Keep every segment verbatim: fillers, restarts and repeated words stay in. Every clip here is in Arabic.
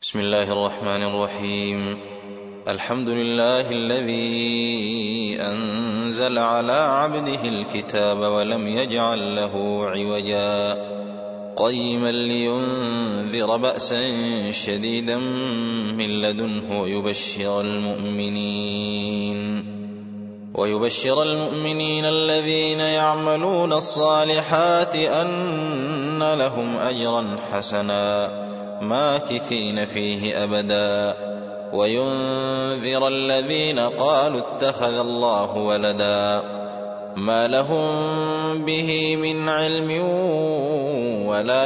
بسم الله الرحمن الرحيم. الحمد لله الذي أنزل على عبده الكتاب ولم يجعل له عوجا قيما لينذر بأسا شديدا من لدنه ويبشر المؤمنين ويبشر المؤمنين الذين يعملون الصالحات أن لهم أجرا حسنا ماكثين فيه أبدا وينذر الذين قالوا اتخذ الله ولدا ما لهم به من علم ولا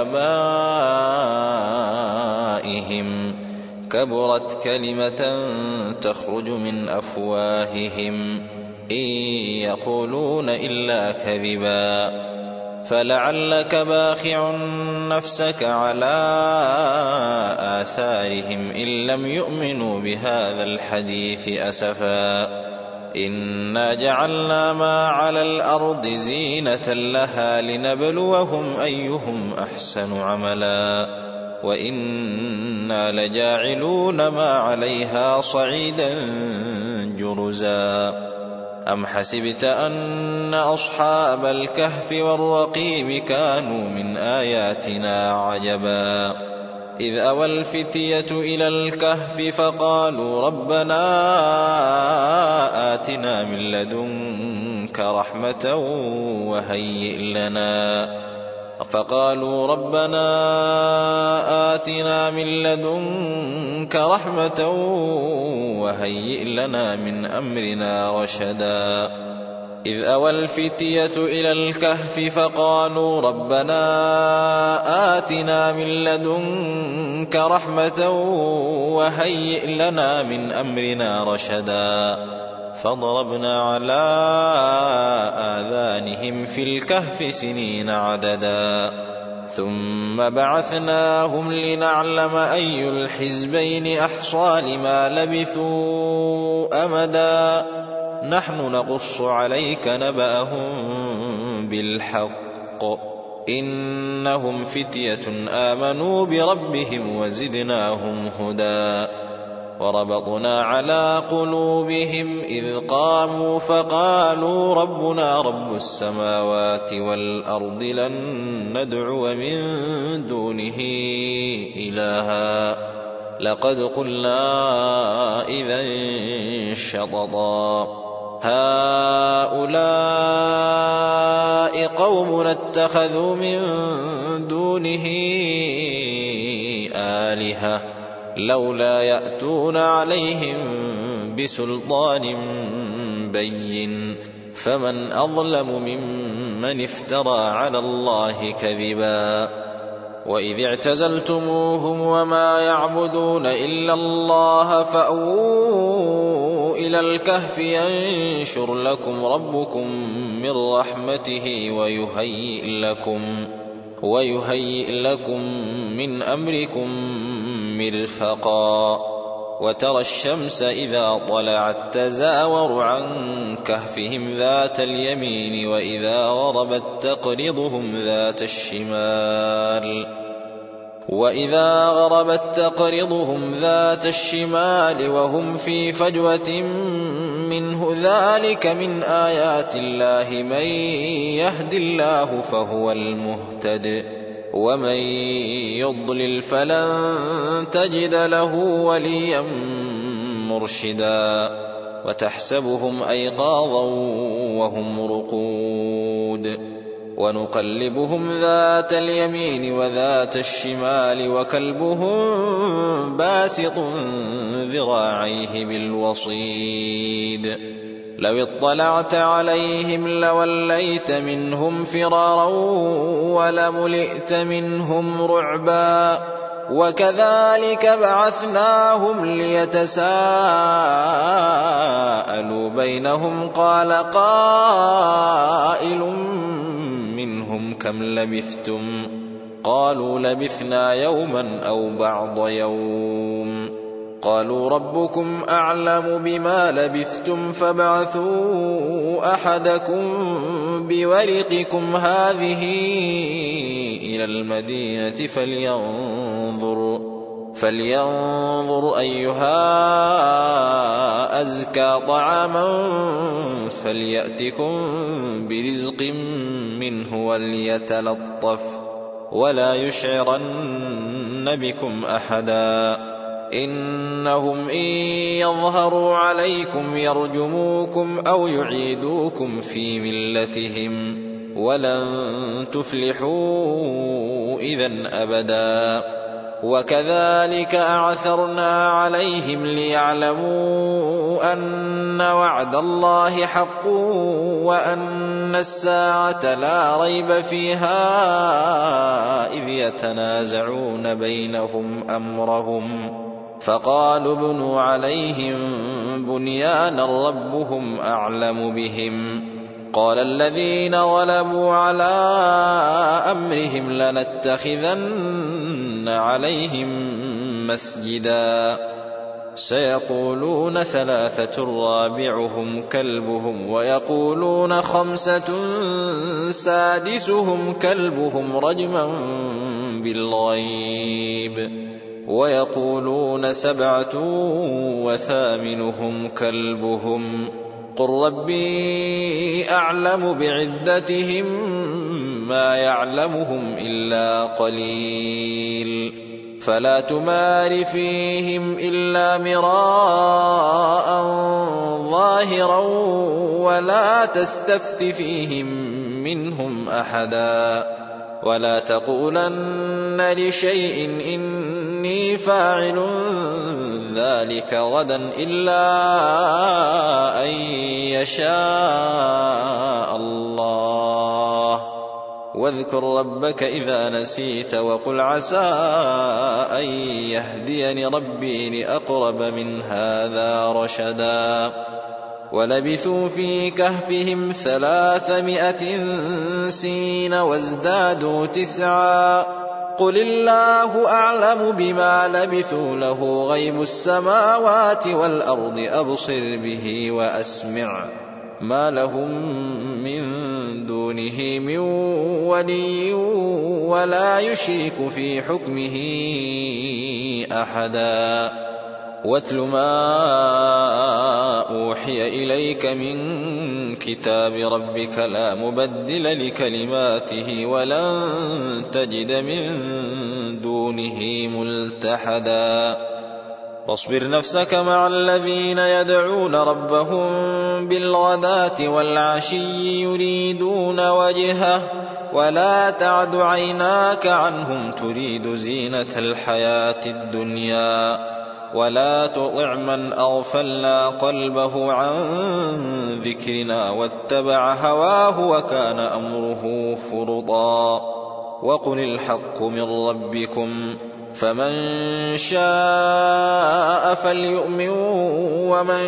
لآبائهم كبرت كلمة تخرج من أفواههم إن يقولون إلا كذبا فلعلك باخع نفسك على آثارهم إن لم يؤمنوا بهذا الحديث أسفا إنا جعلنا ما على الأرض زينة لها لنبلوهم أيهم أحسن عملا وإنا لجاعلون ما عليها صعيدا جرزا أم حسبت أن أصحاب الكهف والرقيم كانوا من آياتنا عجبا إذ أوى الفتية إلى الكهف فقالوا ربنا آتنا من لدنك رحمة وهيئ لنا فقالوا ربنا آتنا من لدنك رحمة وهيئ لنا من أمرنا رشدا إذ أوى الفتية إلى الكهف فقالوا ربنا آتنا من لدنك رحمة وهيئ لنا من أمرنا رشدا فضربنا على آذانهم في الكهف سنين عددا ثم بعثناهم لنعلم أي الحزبين أحصى لما لبثوا أمدا نحن نقص عليك نبأهم بالحق إنهم فتية آمنوا بربهم وزدناهم هدى وربطنا على قلوبهم إذ قاموا فقالوا ربنا رب السماوات والأرض لن ندعو من دونه إلها لقد قلنا إذا شططا هؤلاء قوم اتخذوا من دونه آلهة لولا يأتون عليهم بسلطان بين فمن أظلم ممن افترى على الله كذبا وإذ اعتزلتموهم وما يعبدون إلا الله فأووا إلى الكهف ينشر لكم ربكم من رحمته ويهيئ لكم ويهيئ لكم من أمركم مرفقا وترى الشمس إذا طلعت تزاور عن كهفهم ذات اليمين وإذا غربت تقرضهم ذات الشمال وإذا غربت تقرضهم ذات الشمال وهم في فجوة منه ذلك من آيات الله من يهد الله فهو المهتد ومن يضلل فلن تجد له وليا مرشدا وتحسبهم أيقاظا وهم رقود ونقلبهم ذات اليمين وذات الشمال وكلبهم باسط ذراعيه بالوصيد لو اطلعت عليهم لوليت منهم فرارا ولملئت منهم رعبا وكذلك بعثناهم ليتساءلوا بينهم قال قائل منهم كم لبثتم قالوا لبثنا يوما أو بعض يوم قالوا ربكم أعلم بما لبثتم فابعثوا أحدكم بورقكم هذه إلى المدينة فلينظر فلينظر أيها أزكى طعاما فليأتكم برزق منه وليتلطف ولا يشعرن بكم أحدا إنهم إن يظهروا عليكم يرجموكم أو يعيدوكم في ملتهم ولن تفلحوا إذن أبدا وكذلك أعثرنا عليهم ليعلموا أن وعد الله حق وأن الساعة لا ريب فيها إذ يتنازعون بينهم أمرهم فقالوا ابنوا عليهم بنيانا ربهم أعلم بهم قال الذين غلبوا على أمرهم لنتخذن عليهم مسجدا سيقولون ثلاثة رابعهم كلبهم ويقولون خمسة سادسهم كلبهم رجما بالغيب ويقولون سبعة وثامنهم كلبهم قل ربي أعلم بعدتهم ما يعلمهم إلا قليل فلا تمار فيهم إلا مراء ظاهرا ولا تستفت فيهم منهم أحدا ولا تقولن لشيء إني فاعل ذلك غدا إلا أن يشاء الله واذكر ربك إذا نسيت وقل عسى أن يهديني ربي لأقرب من هذا رشدا ولبثوا في كهفهم ثلاثمائة سنين وازدادوا تسعا قل الله أعلم بما لبثوا له غيب السماوات والأرض أبصر به وأسمع ما لهم من دونه من ولي ولا يشرك في حكمه أحدا واتل ما أوحي إليك من كتاب ربك لا مبدل لكلماته ولن تجد من دونه ملتحدا واصبر نفسك مع الذين يدعون ربهم بالغداة والعشي يريدون وجهه ولا تعد عيناك عنهم تريد زينة الحياة الدنيا ولا تطع من أغفلنا قلبه عن ذكرنا واتبع هواه وكان أمره فرطا وقل الحق من ربكم فمن شاء فليؤمن ومن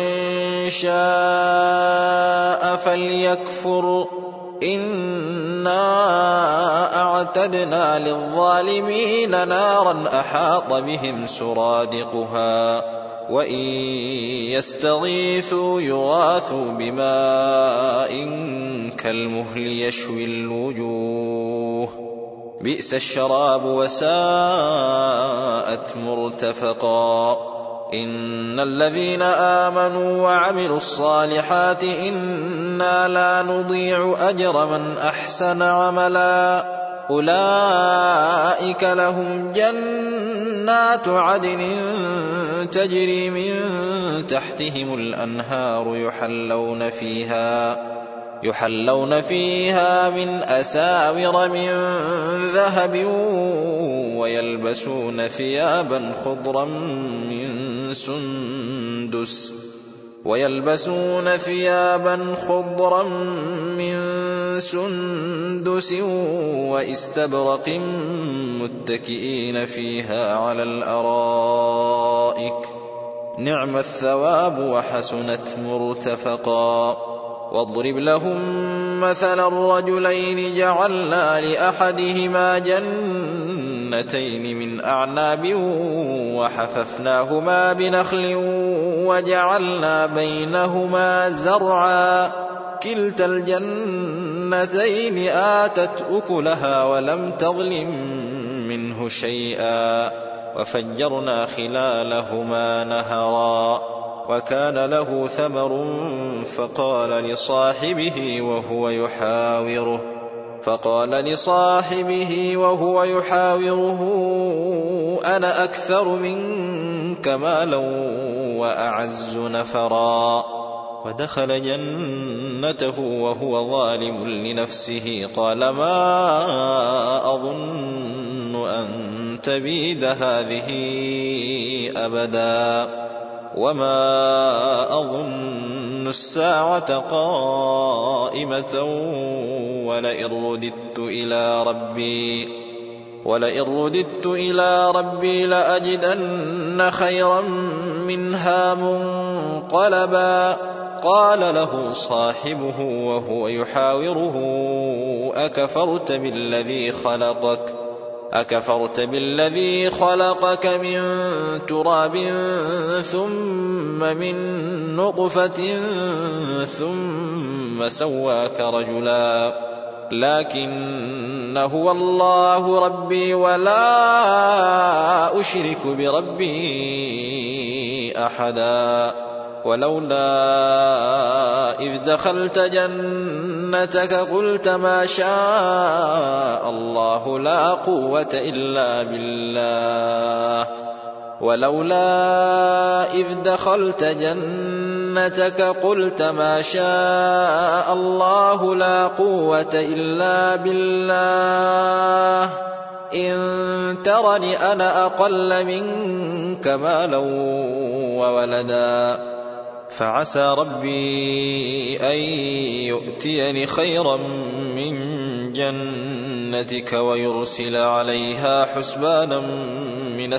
شاء فليكفر إنا أعتدنا للظالمين نارا أحاط بهم سرادقها وإن يستغيثوا يغاثوا بماء كالمهل يشوي الوجوه بئس الشراب وساءت مرتفقا إن الذين آمنوا وعملوا الصالحات إنا لا نضيع أجر من أحسن عملا أولئك لهم جنات عدن تجري من تحتهم الأنهار يحلون فيها يحلون فيها من أساور من ذهب ويلبسون ثيابا خضرا من سندس ويلبسون ثيابا خضرا من سندس واستبرق متكئين فيها على الأرائك نعم الثواب وحسنت مرتفقا واضرب لهم مثلا الرجلين جعلنا لأحدهما جنتين من أعناب وحففناهما بنخل وجعلنا بينهما زرعا كلتا الجنتين آتت أكلها ولم تظلم منه شيئا وفجرنا خلالهما نهرا وكان له ثمر فقال لصاحبه وهو يحاوره فقال لصاحبه وهو يحاوره أنا أكثر منك مالا وأعز نفرا ودخل جنته وهو ظالم لنفسه قال ما أظن أن تبيد هذه أبدا وما أظن الساعة قائمة ولئن رددت إلى ربي ولئن رددت إلى ربي لأجدن خيرا منها منقلبا قال له صاحبه وهو يحاوره أكفرت بالذي خلقك أكفرت بالذي خلقك من تراب ثم من نطفة ثم سواك رجلا لكن هو الله ربي ولا أشرك بربي أحدا ولولا إذ دخلت جنتك قلت ما شاء الله لا قوة إلا بالله ولولا إذ دخلت جنتك قلت ما شاء الله لا قوة إلا بالله إن ترني أنا أقل منك مالا وولدا فعسى ربي أن يؤتيني خيرا من جنتك ويرسل عليها حسبانا من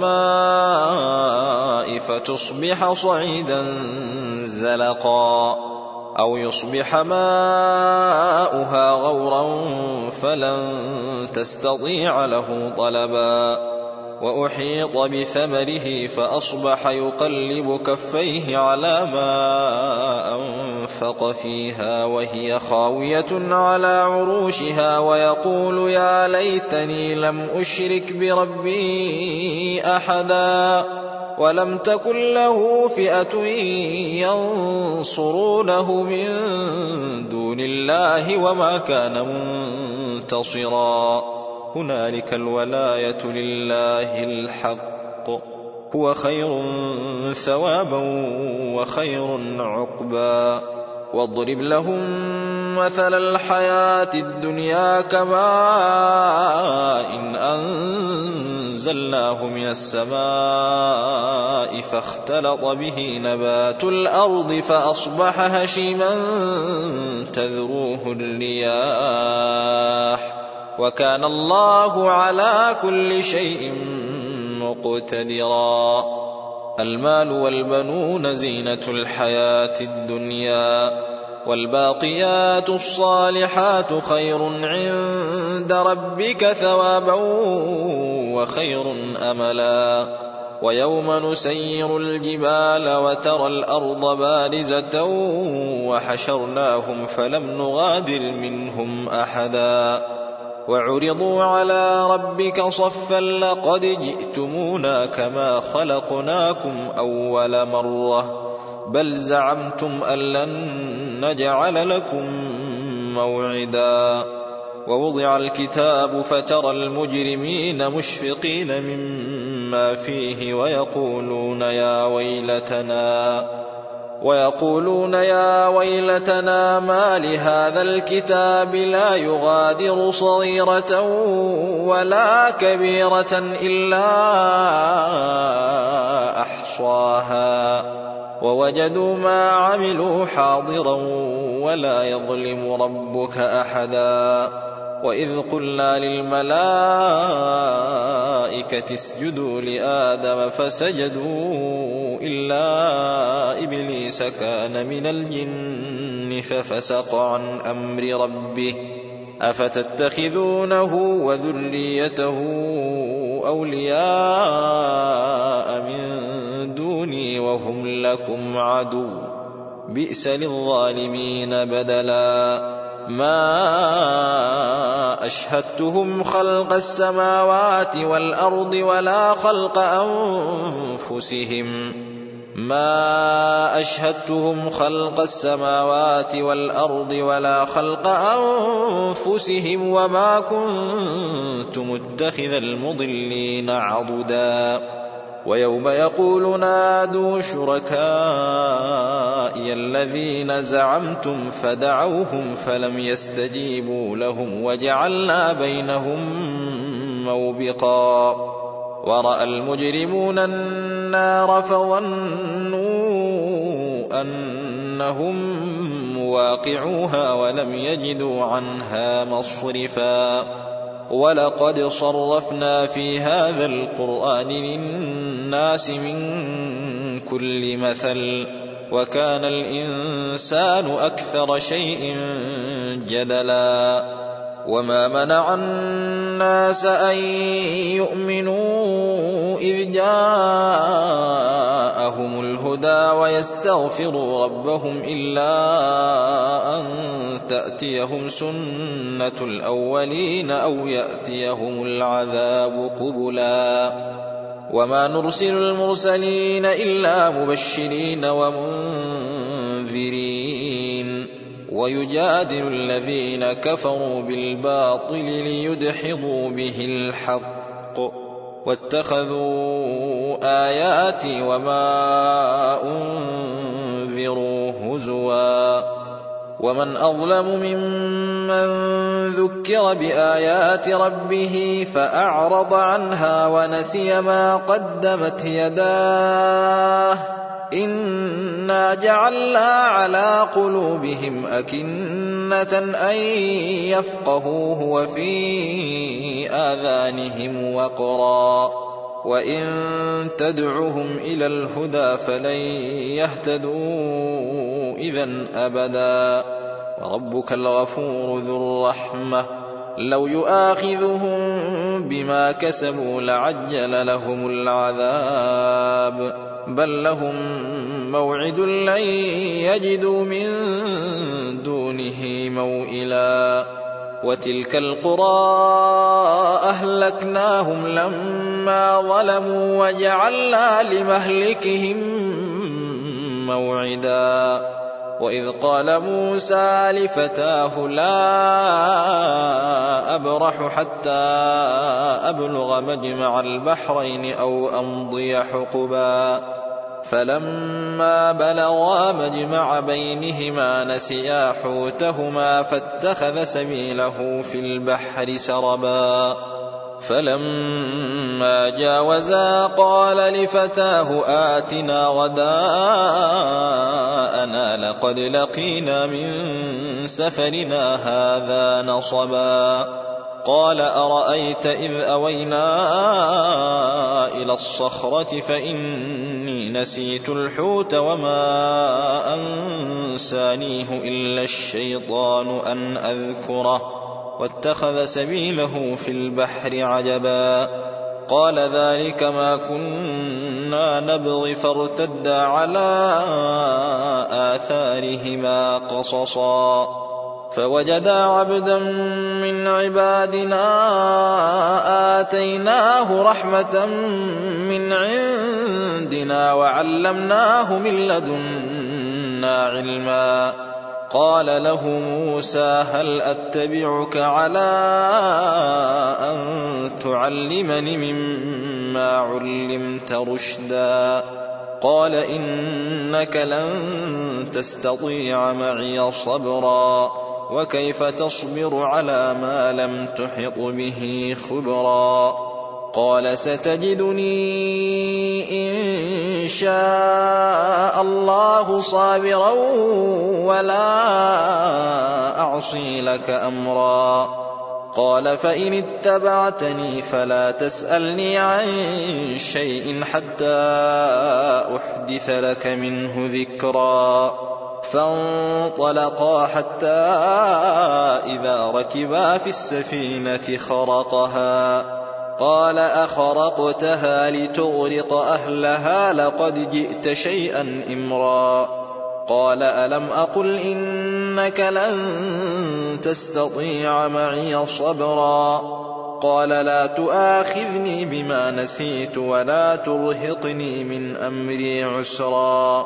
السماء فتصبح صعيدا زلقا أو يصبح ماؤها غورا فلن تستطيع له طلبا وأحيط بثمره فأصبح يقلب كفيه على ما أنفق فيها وهي خاوية على عروشها ويقول يا ليتني لم أشرك بربي أحدا ولم تكن له فئة ينصرونه من دون الله وما كان منتصرا هنالك الولاية لله الحق هو خير ثوابا وخير عقبا واضرب لهم مثل الحياة الدنيا كماء إن أنزلناه من السماء فاختلط به نبات الأرض فأصبح هشيما تذروه الرياح وكان الله على كل شيء مقتدرا المال والبنون زينة الحياة الدنيا والباقيات الصالحات خير عند ربك ثوابا وخير أملا ويوم نسير الجبال وترى الأرض بارزة وحشرناهم فلم نغادر منهم أحدا وعرضوا على ربك صفا لقد جئتمونا كما خلقناكم أول مرة بل زعمتم أن لن نجعل لكم موعدا ووضع الكتاب فترى المجرمين مشفقين مما فيه ويقولون يا ويلتنا ويقولون يا ويلتنا ما لهذا الكتاب لا يغادر صغيرة ولا كبيرة إلا أحصاها ووجدوا ما عملوا حاضرا ولا يظلم ربك أحدا وإذ قلنا للملائكة اسجدوا لآدم فسجدوا إلا إبليس كان من الجن ففسق عن أمر ربه أفتتخذونه وذريته أولياء من دوني وهم لكم عدو بئس للظالمين بدلا ما أشهدتهم خلق السماوات والأرض ولا خلق أنفسهم ما أشهدتهم خلق السماوات والأرض ولا خلق أنفسهم وما كنت متخذ المضلين عضدا ويوم يقول نادوا شركائي الذين زعمتم فدعوهم فلم يستجيبوا لهم وجعلنا بينهم موبقا ورأى المجرمون النار فظنوا أنهم مواقعوها ولم يجدوا عنها مصرفا ولقد صرفنا في هذا القرآن للناس من كل مثل وكان الإنسان أكثر شيء جدلا وما منع الناس أن يؤمنوا إذ جاءهم الهدى ويستغفروا ربهم إلا أن تأتيهم سنة الأولين أو يأتيهم العذاب قبلا وما نرسل المرسلين إلا مبشرين ومنذرين ويجادل الذين كفروا بالباطل ليدحضوا به الحق واتخذوا آياتي وما أنذروا هزوا ومن أظلم ممن ذكر بآيات ربه فأعرض عنها ونسي ما قدمت يداه إنا جعلنا على قلوبهم أكنة أن يفقهوه وفي آذانهم وقرا وإن تدعهم إلى الهدى فلن يهتدوا إذن أبدا وربك الغفور ذو الرحمة لو يؤاخذهم بما كسبوا لعجل لهم العذاب بل لهم موعد لن يجدوا من دونه موئلا وتلك القرى أهلكناهم لما ظلموا وجعلنا لمهلكهم موعدا وإذ قال موسى لفتاه لا أبرح حتى أبلغ مجمع البحرين أو أمضي حقبا فلما بلغا مجمع بينهما نسيا حوتهما فاتخذ سبيله في البحر سربا فلما جاوزا قال لفتاه آتنا غداءنا لقد لقينا من سفرنا هذا نصبا قال أرأيت إذ أوينا إلى الصخرة فإني نسيت الحوت وما أنسانيه إلا الشيطان أن أذكره واتخذ سبيله في البحر عجبا قال ذلك ما كنا نبغي فارتدا على آثارهما قصصا فوجدا عبدا من عبادنا آتيناه رحمة من عندنا وعلمناه من لدنا علما قال له موسى هل أتبعك على أن تعلمني مما علمت رشدا قال إنك لن تستطيع معي صبرا وكيف تصبر على ما لم تحط به خبرا قال ستجدني إن شاء الله صابرا ولا أعصي لك أمرا قال فإن اتبعتني فلا تسألني عن شيء حتى أحدث لك منه ذكرا فانطلقا حتى إذا ركبا في السفينة خرقها قال أخرقتها لتغرق أهلها لقد جئت شيئا إمرا قال ألم أقل إنك لن تستطيع معي صبرا قال لا تؤاخذني بما نسيت ولا ترهقني من أمري عسرا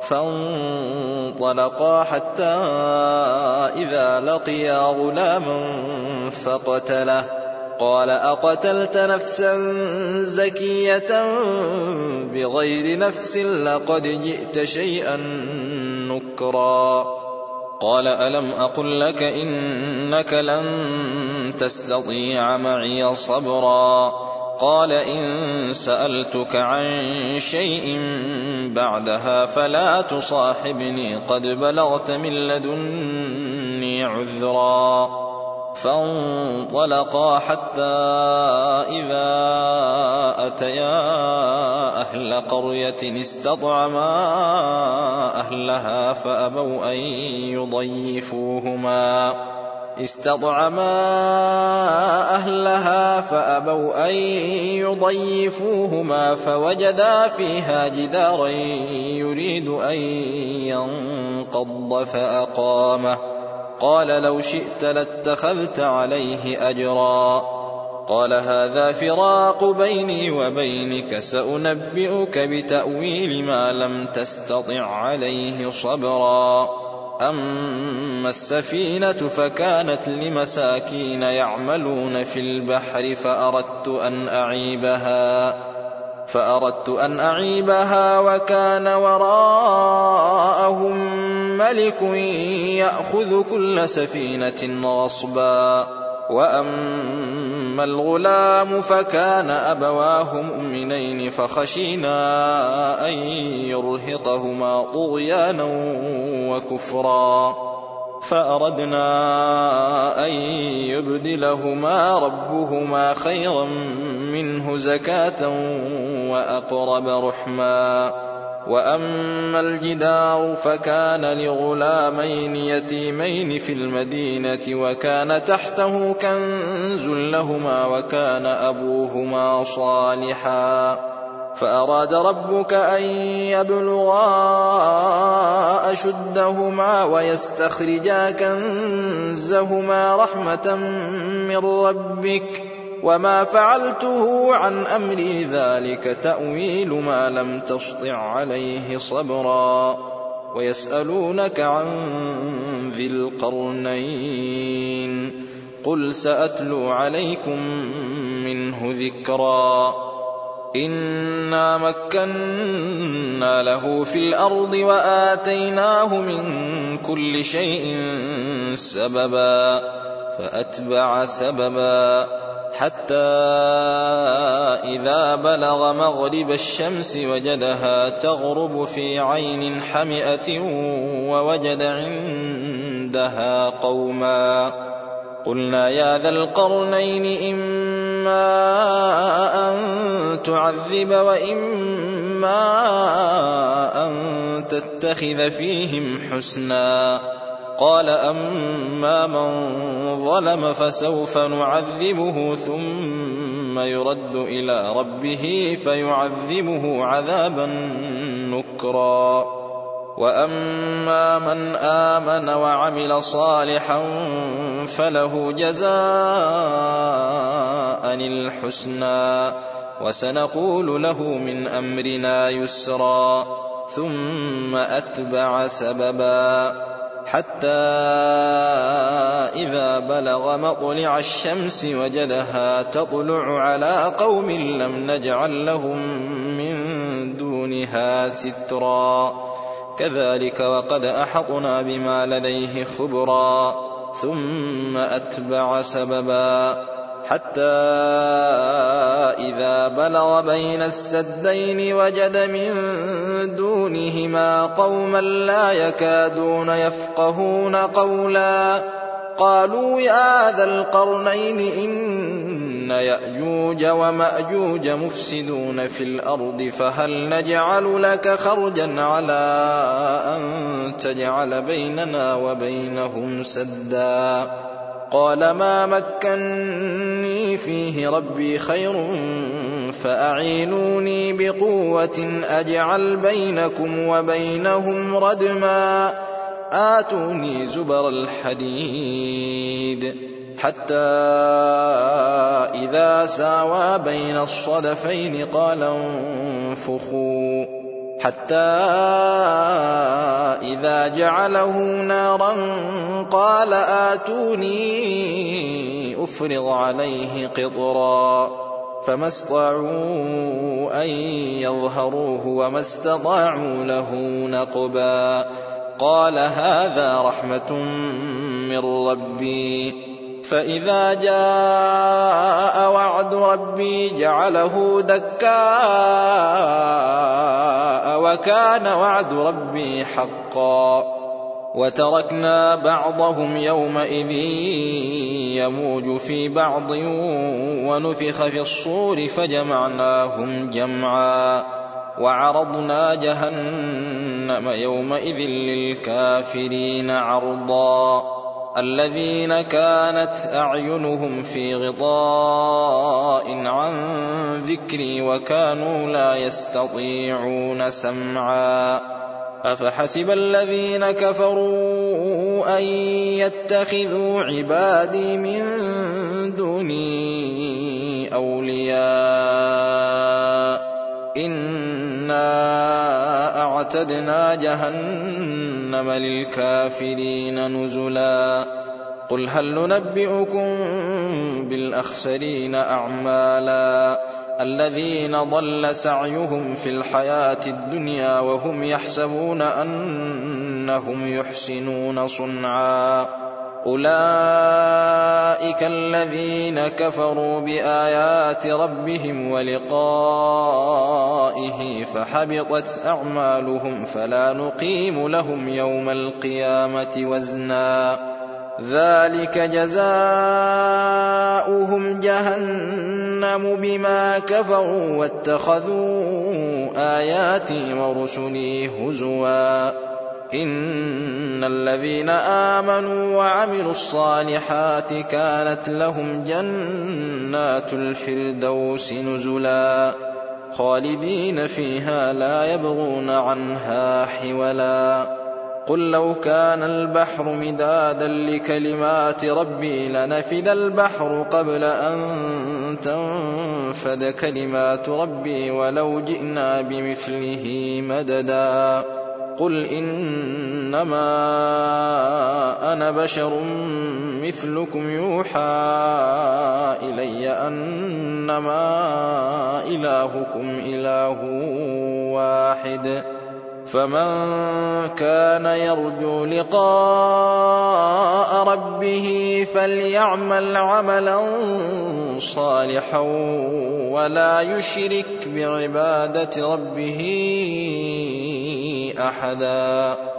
فانطلقا حتى إذا لقيا غلاما فقتله قال أقتلت نفسا زكية بغير نفس لقد جئت شيئا نكرا قال ألم أقل لك إنك لن تستطيع معي صبرا قال إن سألتك عن شيء بعدها فلا تصاحبني قد بلغت من لدني عذرا فانطلقا حتى إذا أتيا أهل قرية استطعما أهلها فأبوا أن يضيفوهما استطعما أهلها فأبوا أن يضيفوهما فوجدا فيها جدارا يريد أن ينقض فأقامه قال لو شئت لاتخذت عليه أجرا قال هذا فراق بيني وبينك سأنبئك بتأويل ما لم تستطع عليه صبرا أما السفينة فكانت لمساكين يعملون في البحر فأردت أن أعيبها فأردت أن أعيبها وكان وراءهم ملك يأخذ كل سفينة غصبا وأما الغلام فكان أبواه مؤمنين فخشينا أن يرهقهما طغيانا وكفرا فأردنا أن يبدلهما ربهما خيرا منه زكاة وأقرب رحما وأما الجدار فكان لغلامين يتيمين في المدينة وكان تحته كنز لهما وكان أبوهما صالحا فأراد ربك أن يبلغا أشدهما ويستخرجا كنزهما رحمة من ربك وما فعلته عن أمري ذلك تأويل ما لم تسطع عليه صبرا ويسألونك عن ذي القرنين قل سأتلو عليكم منه ذكرا إنا مكنا له في الأرض وآتيناه من كل شيء سببا فأتبع سببا حتى إذا بلغ مغرب الشمس وجدها تغرب في عين حمئة ووجد عندها قوما قلنا يا ذا القرنين إما أن تعذب وإما أن تتخذ فيهم حسنا قال أما من ظلم فسوف نعذبه ثم يرد إلى ربه فيعذبه عذابا نكرا وأما من آمن وعمل صالحا فله جزاء الحسنى وسنقول له من أمرنا يسرا ثم أتبع سببا حتى إذا بلغ مطلع الشمس وجدها تطلع على قوم لم نجعل لهم من دونها سترا كذلك وقد أحطنا بما لديه خبرا ثم أتبع سببا حتى إذا بلغ بين السدين وجد من دونهما قوما لا يكادون يفقهون قولا قالوا يا ذا القرنين إن يأجوج ومأجوج مفسدون في الأرض فهل نجعل لك خرجا على أن تجعل بيننا وبينهم سدا قال ما مكني فيه ربي خير فأعينوني بقوة أجعل بينكم وبينهم ردما آتوني زبر الحديد حتى إذا ساوى بين الصدفين قال انفخوا حتى إذا جعله نارا قال آتوني أفرغ عليه قطرا فما استطاعوا أن يظهروه وما استطاعوا له نقبا قال هذا رحمة من ربي فإذا جاء وعد ربي جعله دكاء وكان وعد ربي حقا وتركنا بعضهم يومئذ يموج في بعض ونفخ في الصور فجمعناهم جمعا وعرضنا جهنم يومئذ للكافرين عرضا الذين كانت أعينهم في غطاء عن ذكري وكانوا لا يستطيعون سمعا أفحسب الذين كفروا أن يتخذوا عبادي من دوني أولياء إنا أعتدنا جهنم للكافرين نزلا قل هل ننبئكم بالأخسرين أعمالا الذين ضل سعيهم في الحياة الدنيا وهم يحسبون أنهم يحسنون صنعا أولئك الذين كفروا بآيات ربهم ولقائه فحبطت أعمالهم فلا نقيم لهم يوم القيامة وزنا ذلك جزاؤهم جهنم بما كفروا واتخذوا آياتي ورسلي هزوا إن الذين آمنوا وعملوا الصالحات كانت لهم جنات الفردوس نزلا خالدين فيها لا يبغون عنها حولا قل لو كان البحر مدادا لكلمات ربي لنفد البحر قبل أن تنفد كلمات ربي ولو جئنا بمثله مددا قل إنما أنا بشر مثلكم يوحى إلي أنما إلهكم إله واحد فمن كان يرجو لقاء ربه فليعمل عملا صالحا ولا يشرك بعبادة ربه أحدا